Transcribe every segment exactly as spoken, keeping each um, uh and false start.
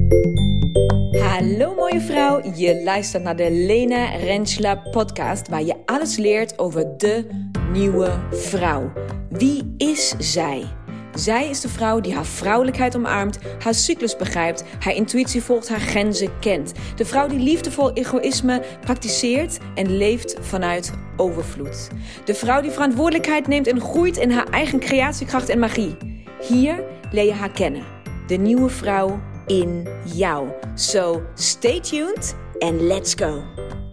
Hallo mooie vrouw, je luistert naar de Lena Rentschler podcast waar je alles leert over de nieuwe vrouw. Wie is zij? Zij is de vrouw die haar vrouwelijkheid omarmt, haar cyclus begrijpt, haar intuïtie volgt, haar grenzen kent. De vrouw die liefdevol egoïsme praktiseert en leeft vanuit overvloed. De vrouw die verantwoordelijkheid neemt en groeit in haar eigen creatiekracht en magie. Hier leer je haar kennen. De nieuwe vrouw in jou. So stay tuned and let's go.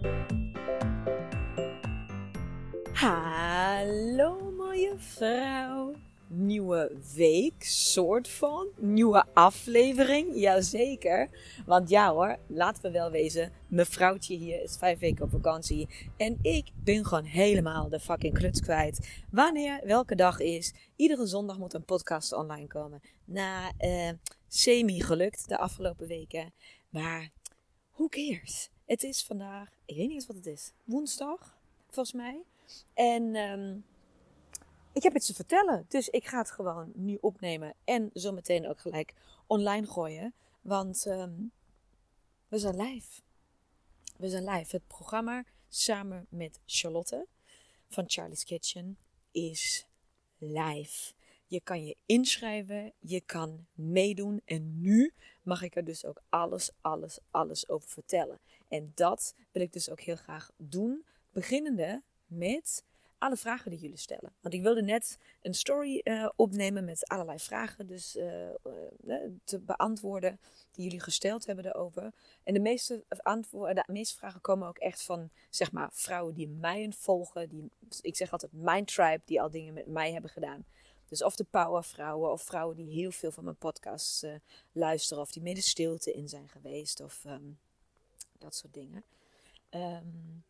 Hallo mooie vrouw. Nieuwe week, soort van. Nieuwe aflevering, jazeker. Want ja hoor, laten we wel wezen. Mevrouwtje hier is vijf weken op vakantie. En ik ben gewoon helemaal de fucking kluts kwijt. Wanneer, welke dag is. Iedere zondag moet een podcast online komen. Na uh, semi gelukt de afgelopen weken. Maar who cares? Het is vandaag, ik weet niet eens wat het is. Woensdag, volgens mij. En... Um, Ik heb iets te vertellen, dus ik ga het gewoon nu opnemen en zometeen ook gelijk online gooien. Want um, we zijn live. We zijn live. Het programma samen met Charlotte van Charlie's Kitchen is live. Je kan je inschrijven, je kan meedoen en nu mag ik er dus ook alles, alles, alles over vertellen. En dat wil ik dus ook heel graag doen, beginnende met... alle vragen die jullie stellen. Want ik wilde net een story uh, opnemen met allerlei vragen dus, uh, uh, te beantwoorden die jullie gesteld hebben daarover. En de meeste, antwoorden, de meeste vragen komen ook echt van zeg maar, vrouwen die mij volgen. Die, ik zeg altijd mijn tribe, die al dingen met mij hebben gedaan. Dus of de powervrouwen of vrouwen die heel veel van mijn podcasts uh, luisteren. Of die midden stilte in zijn geweest. Of um, dat soort dingen. Um,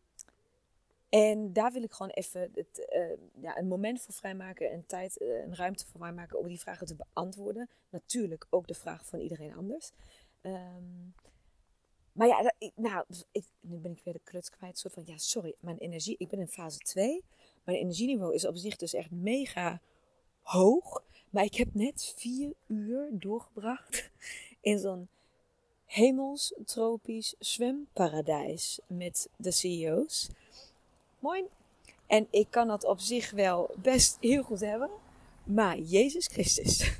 En daar wil ik gewoon even het, uh, ja, een moment voor vrijmaken, een tijd, uh, een ruimte voor vrijmaken om die vragen te beantwoorden. Natuurlijk ook de vragen van iedereen anders. Um, maar ja, dat, ik, nou, ik, nu ben ik weer de kluts kwijt. Soort van, ja, sorry, mijn energie, ik ben in fase twee. Mijn energieniveau is op zich dus echt mega hoog. Maar ik heb net vier uur doorgebracht in zo'n hemels, tropisch zwemparadijs met de C E O's. Mooi. En ik kan dat op zich wel best heel goed hebben. Maar Jezus Christus.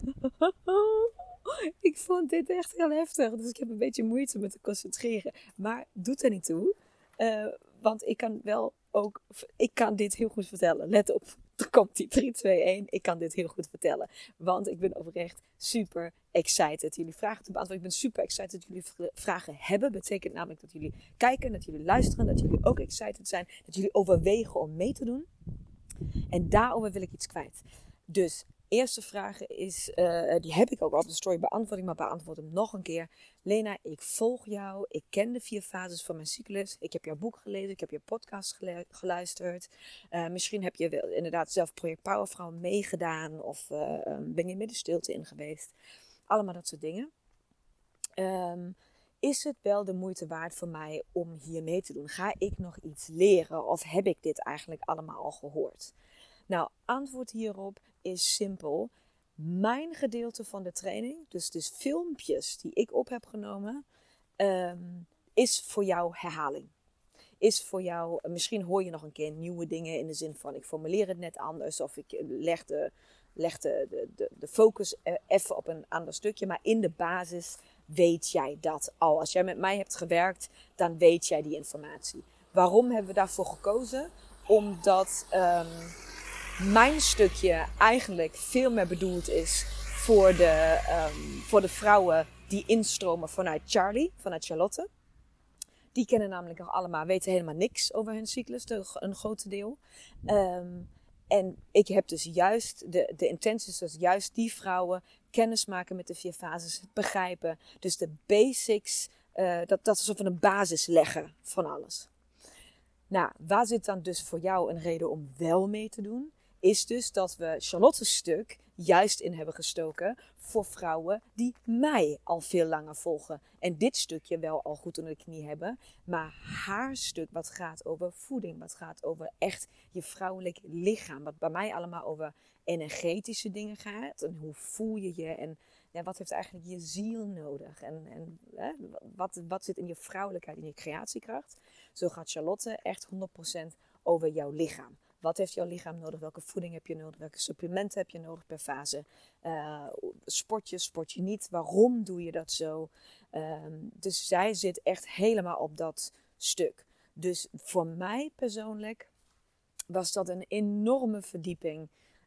Ik vond dit echt heel heftig. Dus ik heb een beetje moeite met te concentreren. Maar doet er niet toe. Uh, want ik kan wel ook... Ik kan dit heel goed vertellen. Let op. Er komt die drie, twee, één. Ik kan dit heel goed vertellen. Want ik ben oprecht super excited jullie vragen te beantwoorden. Ik ben super excited dat jullie vragen hebben. Betekent namelijk dat jullie kijken, dat jullie luisteren. Dat jullie ook excited zijn. Dat jullie overwegen om mee te doen. En daarover wil ik iets kwijt. Dus... eerste vraag is, uh, die heb ik ook op de story beantwoord, maar beantwoord hem nog een keer. Lena, ik volg jou. Ik ken de vier fases van mijn cyclus. Ik heb jouw boek gelezen. Ik heb je podcast gelu- geluisterd. Uh, misschien heb je wel inderdaad zelf Project Powervrouw meegedaan. Of uh, ben je midden stilte in geweest. Allemaal dat soort dingen. Um, is het wel de moeite waard voor mij om hier mee te doen? Ga ik nog iets leren? Of heb ik dit eigenlijk allemaal al gehoord? Nou, antwoord hierop is simpel. Mijn gedeelte van de training, dus, dus filmpjes die ik op heb genomen, um, is voor jou herhaling. Is voor jou, misschien hoor je nog een keer nieuwe dingen in de zin van ik formuleer het net anders of ik leg de, leg de, de, de, de focus even op een ander stukje. Maar in de basis weet jij dat al. Als jij met mij hebt gewerkt, dan weet jij die informatie. Waarom hebben we daarvoor gekozen? Omdat... Um, mijn stukje eigenlijk veel meer bedoeld is voor de, um, voor de vrouwen die instromen vanuit Charlie, vanuit Charlotte. Die kennen namelijk nog allemaal, weten helemaal niks over hun cyclus, de, een grote deel. Um, en ik heb dus juist, de, de intentie is dus juist die vrouwen kennis maken met de vier fases, het begrijpen. Dus de basics, uh, dat, dat is een soort van een basis leggen van alles. Nou, waar zit dan dus voor jou een reden om wel mee te doen? Is dus dat we Charlotte's stuk juist in hebben gestoken voor vrouwen die mij al veel langer volgen. En dit stukje wel al goed onder de knie hebben. Maar haar stuk wat gaat over voeding, wat gaat over echt je vrouwelijk lichaam. Wat bij mij allemaal over energetische dingen gaat. En hoe voel je je en ja, wat heeft eigenlijk je ziel nodig? En, en hè, wat, wat zit in je vrouwelijkheid, in je creatiekracht? Zo gaat Charlotte echt honderd procent over jouw lichaam. Wat heeft jouw lichaam nodig? Welke voeding heb je nodig? Welke supplementen heb je nodig per fase? Uh, sport je, sport je niet? Waarom doe je dat zo? Um, dus zij zit echt helemaal op dat stuk. Dus voor mij persoonlijk was dat een enorme verdieping.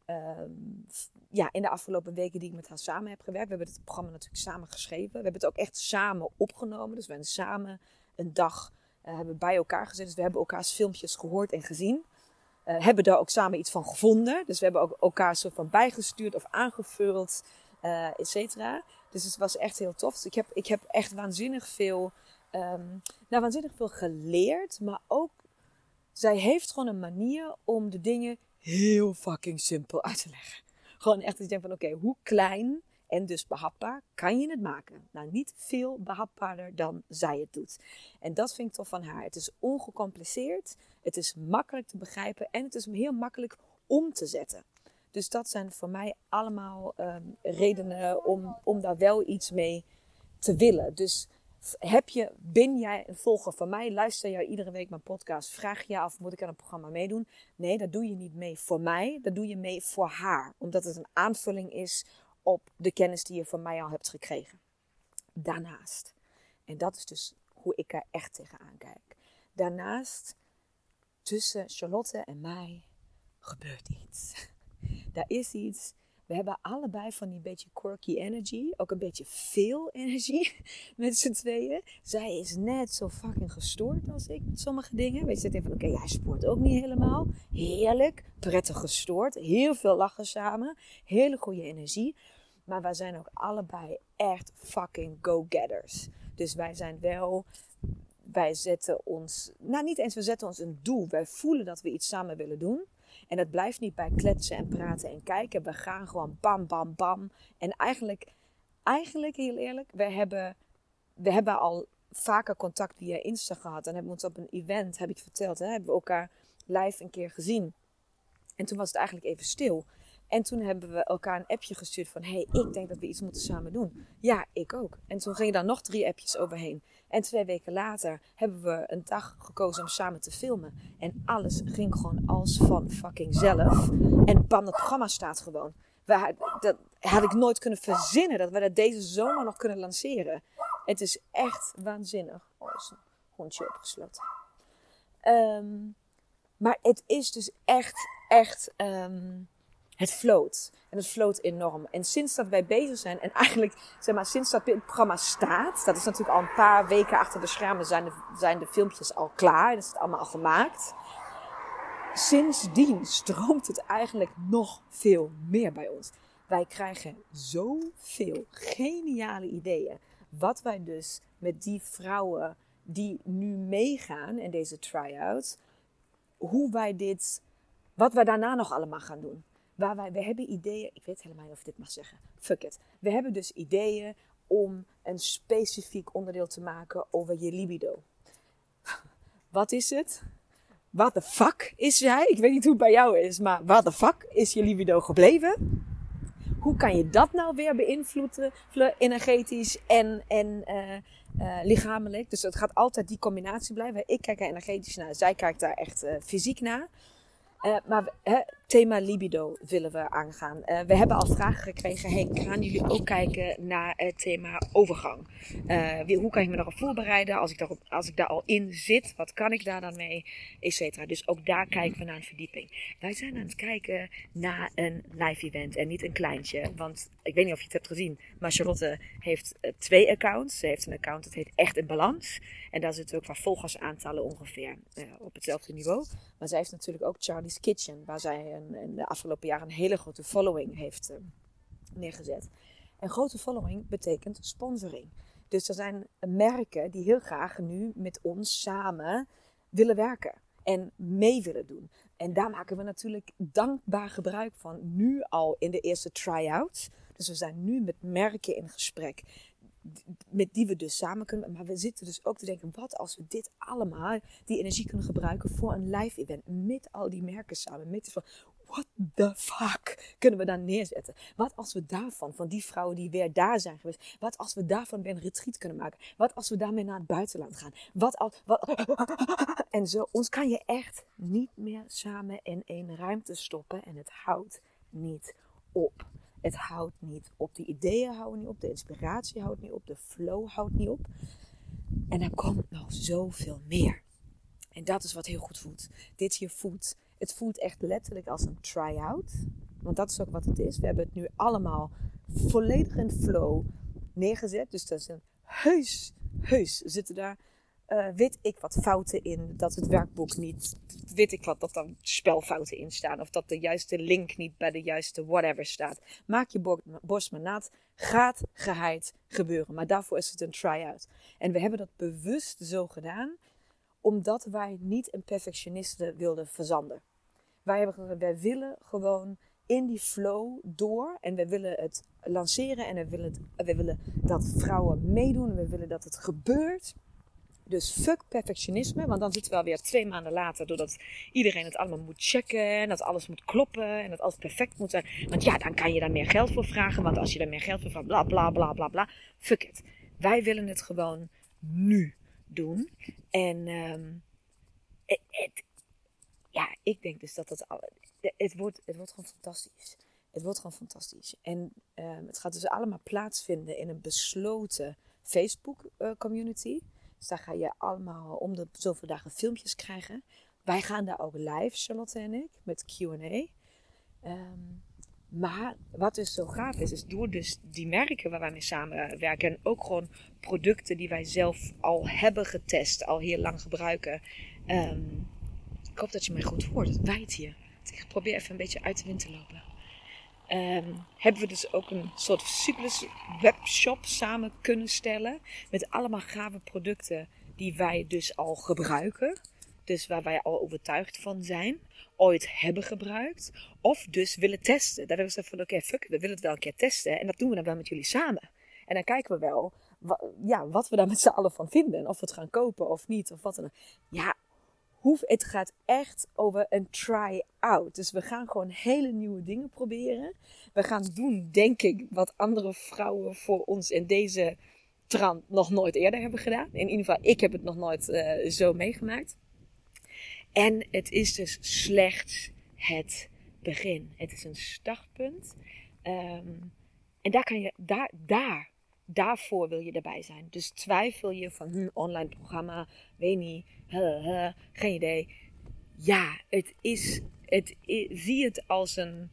Um, ja, in de afgelopen weken die ik met haar samen heb gewerkt. We hebben het programma natuurlijk samen geschreven. We hebben het ook echt samen opgenomen. Dus we hebben samen een dag uh, hebben bij elkaar gezet. Dus we hebben elkaars filmpjes gehoord en gezien. Uh, hebben daar ook samen iets van gevonden. Dus we hebben ook elkaar soort van bijgestuurd of aangevuld, uh, et cetera. Dus het was echt heel tof. Dus ik heb, ik heb echt waanzinnig veel, um, nou, waanzinnig veel geleerd. Maar ook, zij heeft gewoon een manier om de dingen heel fucking simpel uit te leggen. Gewoon echt dat je denkt van oké, okay, hoe klein en dus behapbaar kan je het maken? Nou, niet veel behapbaarder dan zij het doet. En dat vind ik tof van haar. Het is ongecompliceerd, het is makkelijk te begrijpen en het is heel makkelijk om te zetten. Dus dat zijn voor mij allemaal um, redenen om, om daar wel iets mee te willen. Dus heb je, ben jij een volger van mij? Luister jij iedere week mijn podcast? Vraag je af, moet ik aan een programma meedoen? Nee, dat doe je niet mee voor mij. Dat doe je mee voor haar. Omdat het een aanvulling is op de kennis die je van mij al hebt gekregen. Daarnaast. En dat is dus hoe ik er echt tegenaan kijk. Daarnaast, tussen Charlotte en mij, gebeurt iets. Daar is iets. We hebben allebei van die beetje quirky energy. Ook een beetje veel energie met z'n tweeën. Zij is net zo fucking gestoord als ik met sommige dingen. Weet je, zit even van oké, okay, hij spoort ook niet helemaal. Heerlijk, prettig gestoord. Heel veel lachen samen. Hele goede energie. Maar wij zijn ook allebei echt fucking go-getters. Dus wij zijn wel... Wij zetten ons... Nou, niet eens we zetten ons een doel. Wij voelen dat we iets samen willen doen. En dat blijft niet bij kletsen en praten en kijken. We gaan gewoon bam, bam, bam. En eigenlijk, eigenlijk heel eerlijk, we hebben, we hebben al vaker contact via Insta gehad. En hebben we ons op een event, heb ik verteld, hè, hebben we elkaar live een keer gezien. En toen was het eigenlijk even stil. En toen hebben we elkaar een appje gestuurd van... Hé, hey, ik denk dat we iets moeten samen doen. Ja, ik ook. En toen gingen daar nog drie appjes overheen. En twee weken later hebben we een dag gekozen om samen te filmen. En alles ging gewoon als van fucking zelf. En bam, het programma staat gewoon. We, dat had ik nooit kunnen verzinnen dat we dat deze zomer nog kunnen lanceren. Het is echt waanzinnig. Oh, er is een hondje opgesloten. Um, maar het is dus echt, echt... Um, Het floot. En het floot enorm. En sinds dat wij bezig zijn, en eigenlijk, zeg maar, sinds dat het programma staat, dat is natuurlijk al een paar weken achter de schermen, zijn de, zijn de filmpjes al klaar. Dat is het allemaal al gemaakt. Sindsdien stroomt het eigenlijk nog veel meer bij ons. Wij krijgen zoveel geniale ideeën. Wat wij dus met die vrouwen die nu meegaan in deze try-out, hoe wij dit, wat wij daarna nog allemaal gaan doen. Waar wij, we hebben ideeën, ik weet helemaal niet of ik dit mag zeggen, fuck it. We hebben dus ideeën om een specifiek onderdeel te maken over je libido. Wat is het? What the fuck is jij? Ik weet niet hoe het bij jou is, maar what the fuck is je libido gebleven? Hoe kan je dat nou weer beïnvloeden, energetisch en, en uh, uh, lichamelijk? Dus het gaat altijd die combinatie blijven. Ik kijk er energetisch naar, zij kijkt daar echt uh, fysiek naar. Uh, maar het uh, thema libido willen we aangaan. Uh, we hebben al vragen gekregen. Hey, gaan jullie ook kijken naar het thema overgang? Uh, hoe kan ik me daarop voorbereiden? Als ik, daarop, als ik daar al in zit, wat kan ik daar dan mee? Etcetera. Dus ook daar kijken we naar een verdieping. Wij zijn aan het kijken naar een live event. En niet een kleintje. Want ik weet niet of je het hebt gezien. Maar Charlotte heeft uh, twee accounts. Ze heeft een account dat heet Echt in Balans. En daar zitten ook qua volgersaantallen ongeveer uh, op hetzelfde niveau. Maar zij heeft natuurlijk ook Charlie's Kitchen. Waar zij een, in de afgelopen jaren een hele grote following heeft uh, neergezet. En grote following betekent sponsoring. Dus er zijn merken die heel graag nu met ons samen willen werken. En mee willen doen. En daar maken we natuurlijk dankbaar gebruik van. Nu al in de eerste try-outs. Dus we zijn nu met merken in gesprek. Met die we dus samen kunnen. Maar we zitten dus ook te denken. Wat als we dit allemaal, die energie kunnen gebruiken voor een live event. Met al die merken samen. Met van, what the fuck kunnen we daar neerzetten? Wat als we daarvan, van die vrouwen die weer daar zijn geweest, wat als we daarvan weer een retreat kunnen maken? Wat als we daarmee naar het buitenland gaan? Wat als, wat, en zo, ons kan je echt niet meer samen in één ruimte stoppen en het houdt niet op. Het houdt niet op. De ideeën houden niet op, de inspiratie houdt niet op, de flow houdt niet op. En er komt nog zoveel meer. En dat is wat heel goed voelt. Dit hier voelt, het voelt echt letterlijk als een try-out. Want dat is ook wat het is. We hebben het nu allemaal volledig in flow neergezet. Dus dat is een heus, heus zitten daar, uh, weet ik wat, fouten in. Dat het werkboek niet, weet ik wat, dat er spelfouten in staan. Of dat de juiste link niet bij de juiste whatever staat. Maak je borst maar nat. Gaat geheid gebeuren. Maar daarvoor is het een try-out. En we hebben dat bewust zo gedaan, omdat wij niet een perfectioniste wilden verzanden. Wij, hebben, wij willen gewoon in die flow door. En we willen het lanceren. En we willen, het, we willen dat vrouwen meedoen. En we willen dat het gebeurt. Dus fuck perfectionisme. Want dan zitten we alweer twee maanden later. Doordat iedereen het allemaal moet checken. En dat alles moet kloppen. En dat alles perfect moet zijn. Want ja, dan kan je daar meer geld voor vragen. Want als je daar meer geld voor vraagt. Bla bla bla bla bla. Fuck it. Wij willen het gewoon nu doen. En um, het, het, ja, ik denk dus dat het, het, wordt, het wordt gewoon fantastisch. Het wordt gewoon fantastisch. En um, het gaat dus allemaal plaatsvinden in een besloten Facebook uh, community. Dus daar ga je allemaal om de zoveel dagen filmpjes krijgen. Wij gaan daar ook live, Charlotte en ik, met Q en A. Um, Maar wat dus zo gaaf is, is door dus die merken waar wij mee samenwerken en ook gewoon producten die wij zelf al hebben getest, al heel lang gebruiken. Um, ik hoop dat je mij goed hoort, het waait hier. Ik probeer even een beetje uit de wind te lopen. Um, hebben we dus ook een soort cyclus webshop samen kunnen stellen met allemaal gave producten die wij dus al gebruiken. Dus waar wij al overtuigd van zijn, ooit hebben gebruikt, of dus willen testen. Daar hebben we gezegd van, oké, okay, fuck, we willen het wel een keer testen. En dat doen we dan wel met jullie samen. En dan kijken we wel, wa- ja, wat we daar met z'n allen van vinden. Of we het gaan kopen of niet, of wat dan ook. Ja, hoe, het gaat echt over een try-out. Dus we gaan gewoon hele nieuwe dingen proberen. We gaan doen, denk ik, wat andere vrouwen voor ons in deze trant nog nooit eerder hebben gedaan. In ieder geval, ik heb het nog nooit uh, zo meegemaakt. En het is dus slechts het begin. Het is een startpunt. Um, en daar kan je, daar, daar, daarvoor wil je erbij zijn. Dus twijfel je van, hm, online programma, weet niet, huh, huh, geen idee. Ja, het is, het is, zie het als een,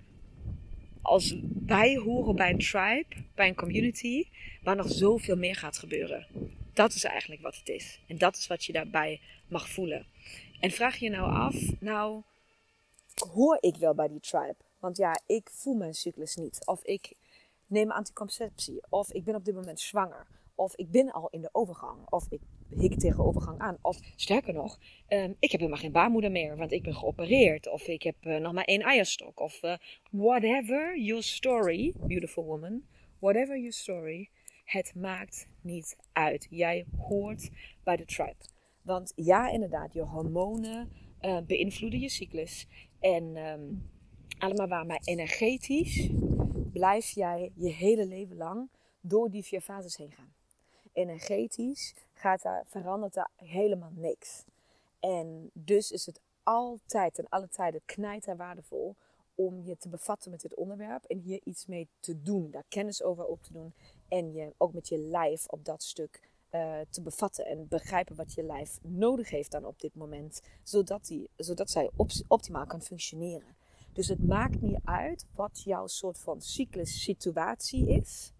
als bijhoren bij een tribe, bij een community, waar nog zoveel meer gaat gebeuren. Dat is eigenlijk wat het is. En dat is wat je daarbij mag voelen. En vraag je nou af, nou, hoor ik wel bij die tribe? Want ja, ik voel mijn cyclus niet. Of ik neem anticonceptie. Of ik ben op dit moment zwanger. Of ik ben al in de overgang. Of ik hik tegen overgang aan. Of sterker nog, um, ik heb helemaal geen baarmoeder meer. Want ik ben geopereerd. Of ik heb uh, nog maar één eierstok. Of uh, whatever your story, beautiful woman. Whatever your story. Het maakt niet uit. Jij hoort bij de tribe. Want ja, inderdaad, je hormonen uh, beïnvloeden je cyclus. En um, allemaal waar, maar energetisch blijf jij je hele leven lang door die vier fases heen gaan. Energetisch gaat daar, verandert daar helemaal niks. En dus is het altijd en alle tijden knijter waardevol om je te bevatten met dit onderwerp en hier iets mee te doen. Daar kennis over op te doen en je ook met je lijf op dat stuk Uh, te bevatten en begrijpen wat je lijf nodig heeft dan op dit moment, zodat, die, zodat zij op, optimaal kan functioneren. Dus het maakt niet uit wat jouw soort van cyclussituatie is.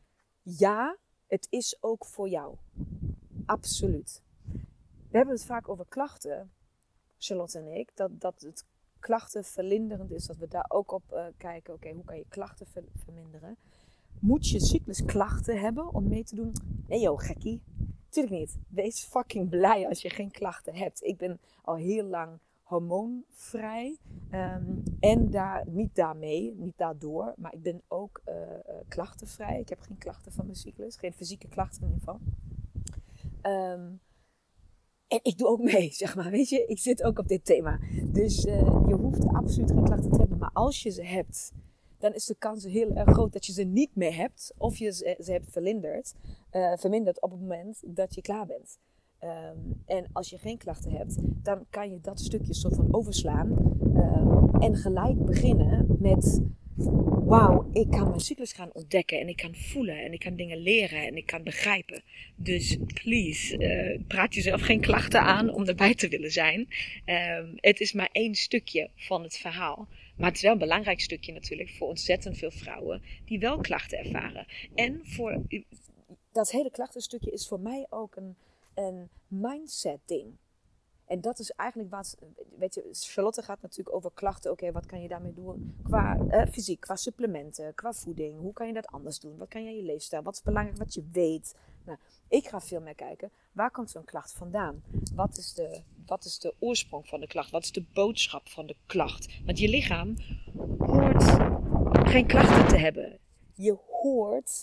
Ja, het is ook voor jou. Absoluut. We hebben het vaak over klachten, Charlotte en ik, dat, dat het klachten verlinderend is, dat we daar ook op uh, kijken, oké, okay, hoe kan je klachten ver, verminderen? Moet je cyclusklachten hebben om mee te doen? Nee joh, gekkie. Tuurlijk niet. Wees fucking blij als je geen klachten hebt. Ik ben al heel lang hormoonvrij. Um, en daar, niet daarmee, niet daardoor. Maar ik ben ook uh, uh, klachtenvrij. Ik heb geen klachten van mijn cyclus. Geen fysieke klachten in ieder geval. Um, En ik doe ook mee, zeg maar. Weet je, ik zit ook op dit thema. Dus uh, je hoeft absoluut geen klachten te hebben. Maar als je ze hebt, dan is de kans heel erg groot dat je ze niet meer hebt. Of je ze, ze hebt verminderd, uh, verminderd op het moment dat je klaar bent. Um, en als je geen klachten hebt, dan kan je dat stukje soort van overslaan. Um, en gelijk beginnen met... Wauw, ik kan mijn cyclus gaan ontdekken en ik kan voelen en ik kan dingen leren en ik kan begrijpen. Dus please, uh, praat jezelf geen klachten aan om erbij te willen zijn. Um, het is maar één stukje van het verhaal. Maar het is wel een belangrijk stukje natuurlijk voor ontzettend veel vrouwen die wel klachten ervaren. En voor dat hele klachtenstukje is voor mij ook een, een mindset ding. En dat is eigenlijk wat, weet je, Charlotte gaat natuurlijk over klachten. Oké, okay, wat kan je daarmee doen? Qua uh, fysiek, qua supplementen, qua voeding. Hoe kan je dat anders doen? Wat kan je in je leefstijl? Wat is belangrijk wat je weet? Nou, ik ga veel meer kijken, waar komt zo'n klacht vandaan? Wat is, de, wat is de oorsprong van de klacht? Wat is de boodschap van de klacht? Want je lichaam hoort geen klachten te hebben. Je hoort...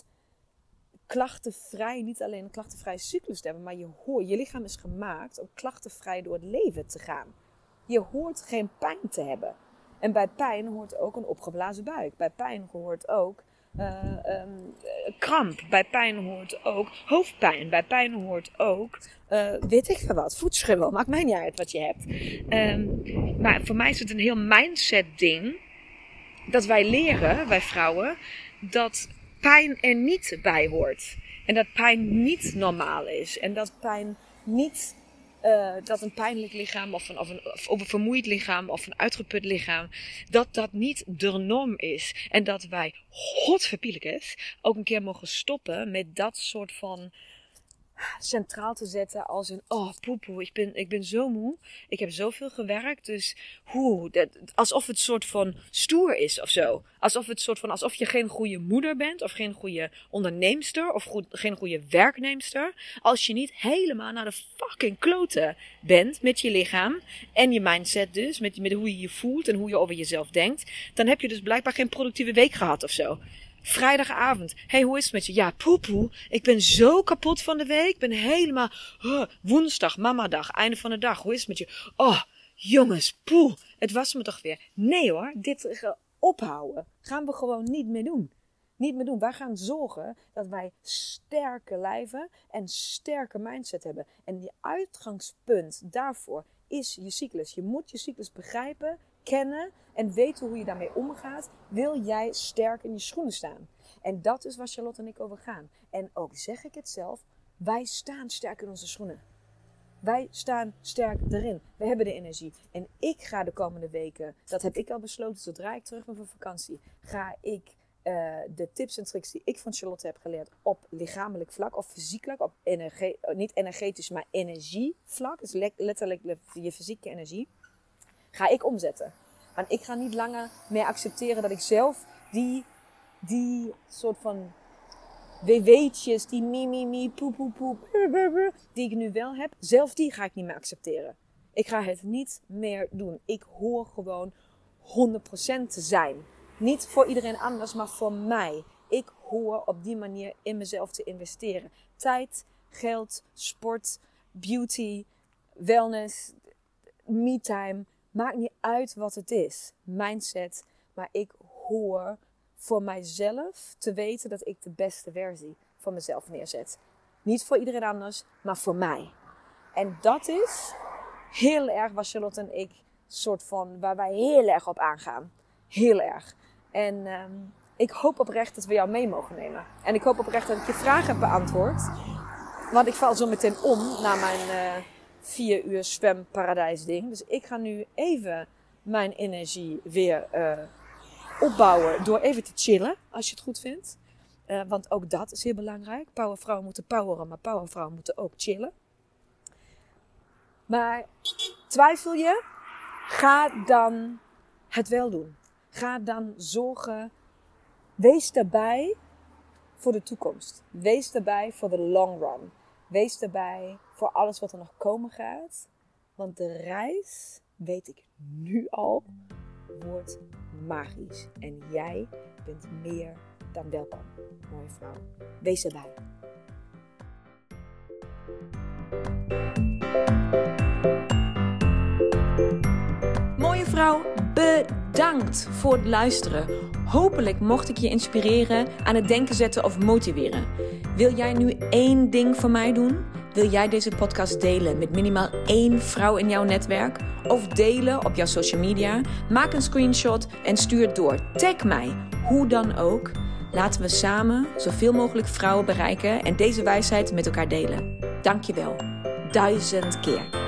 klachtenvrij, niet alleen een klachtenvrije cyclus te hebben, maar je hoort, je lichaam is gemaakt om klachtenvrij door het leven te gaan. Je hoort geen pijn te hebben. En bij pijn hoort ook een opgeblazen buik. Bij pijn hoort ook uh, um, kramp. Bij pijn hoort ook hoofdpijn. Bij pijn hoort ook, uh, weet ik veel wat, voetschubbel. Maakt mij niet uit wat je hebt. Um, maar voor mij is het een heel mindset ding dat wij leren, wij vrouwen, dat pijn er niet bij hoort. En dat pijn niet normaal is. En dat pijn niet... Uh, dat een pijnlijk lichaam of een, of, een, of een vermoeid lichaam of een uitgeput lichaam... dat dat niet de norm is. En dat wij, godverpielekes, ook een keer mogen stoppen met dat soort van... centraal te zetten als een, oh poepoe, ik ben, ik ben zo moe. Ik heb zoveel gewerkt, dus hoe, dat, alsof het soort van stoer is of zo. Alsof het soort van, alsof je geen goede moeder bent of geen goede onderneemster of goed, geen goede werkneemster. Als je niet helemaal naar de fucking kloten bent met je lichaam en je mindset dus, met, met hoe je je voelt en hoe je over jezelf denkt, dan heb je dus blijkbaar geen productieve week gehad of zo. Vrijdagavond. Hey, hoe is het met je? Ja, poepoe. Ik ben zo kapot van de week. Ik ben helemaal... Uh, woensdag, mamadag, einde van de dag. Hoe is het met je? Oh, jongens, poe. Het was me toch weer. Nee hoor, dit uh, ophouden gaan we gewoon niet meer doen. Niet meer doen. Wij gaan zorgen dat wij sterke lijven en sterke mindset hebben. En die uitgangspunt daarvoor is je cyclus. Je moet je cyclus begrijpen, kennen en weten hoe je daarmee omgaat, wil jij sterk in je schoenen staan. En dat is waar Charlotte en ik over gaan. En ook zeg ik het zelf, wij staan sterk in onze schoenen. Wij staan sterk erin. We hebben de energie. En ik ga de komende weken, dat heb ik al besloten, zodra ik terug ben van vakantie, ga ik uh, de tips en tricks die ik van Charlotte heb geleerd op lichamelijk vlak, of fysiek vlak, op energie, niet energetisch, maar energievlak, dus le- letterlijk je fysieke energie, ga ik omzetten. Want ik ga niet langer meer accepteren dat ik zelf die, die soort van weeweetjes, die mi, mi, mi, poe, poe, poe, die ik nu wel heb, zelf die ga ik niet meer accepteren. Ik ga het niet meer doen. Ik hoor gewoon honderd procent te zijn. Niet voor iedereen anders, maar voor mij. Ik hoor op die manier in mezelf te investeren. Tijd, geld, sport, beauty, wellness, me-time. Maakt niet uit wat het is. Mindset. Maar ik hoor voor mijzelf te weten dat ik de beste versie van mezelf neerzet. Niet voor iedereen anders, maar voor mij. En dat is heel erg waar Charlotte en ik soort van, waar wij heel erg op aangaan. Heel erg. En um, ik hoop oprecht dat we jou mee mogen nemen. En ik hoop oprecht dat ik je vraag heb beantwoord. Want ik val zo meteen om naar mijn uh, vier uur zwemparadijs ding. Dus ik ga nu even mijn energie weer uh, opbouwen door even te chillen, als je het goed vindt. Uh, want ook dat is heel belangrijk. Powervrouwen moeten poweren, maar powervrouwen moeten ook chillen. Maar twijfel je? Ga dan het wel doen. Ga dan zorgen. Wees daarbij voor de toekomst. Wees daarbij voor de long run. Wees daarbij voor alles wat er nog komen gaat. Want de reis, weet ik nu al, wordt magisch. En jij bent meer dan welkom, mooie vrouw. Wees erbij. bedankt voor het luisteren. Hopelijk mocht ik je inspireren, aan het denken zetten of motiveren. Wil jij nu één ding voor mij doen? Wil jij deze podcast delen met minimaal één vrouw in jouw netwerk? Of delen op jouw social media? Maak een screenshot en stuur het door. Tag mij, hoe dan ook. Laten we samen zoveel mogelijk vrouwen bereiken en deze wijsheid met elkaar delen. Dankjewel. Duizend keer.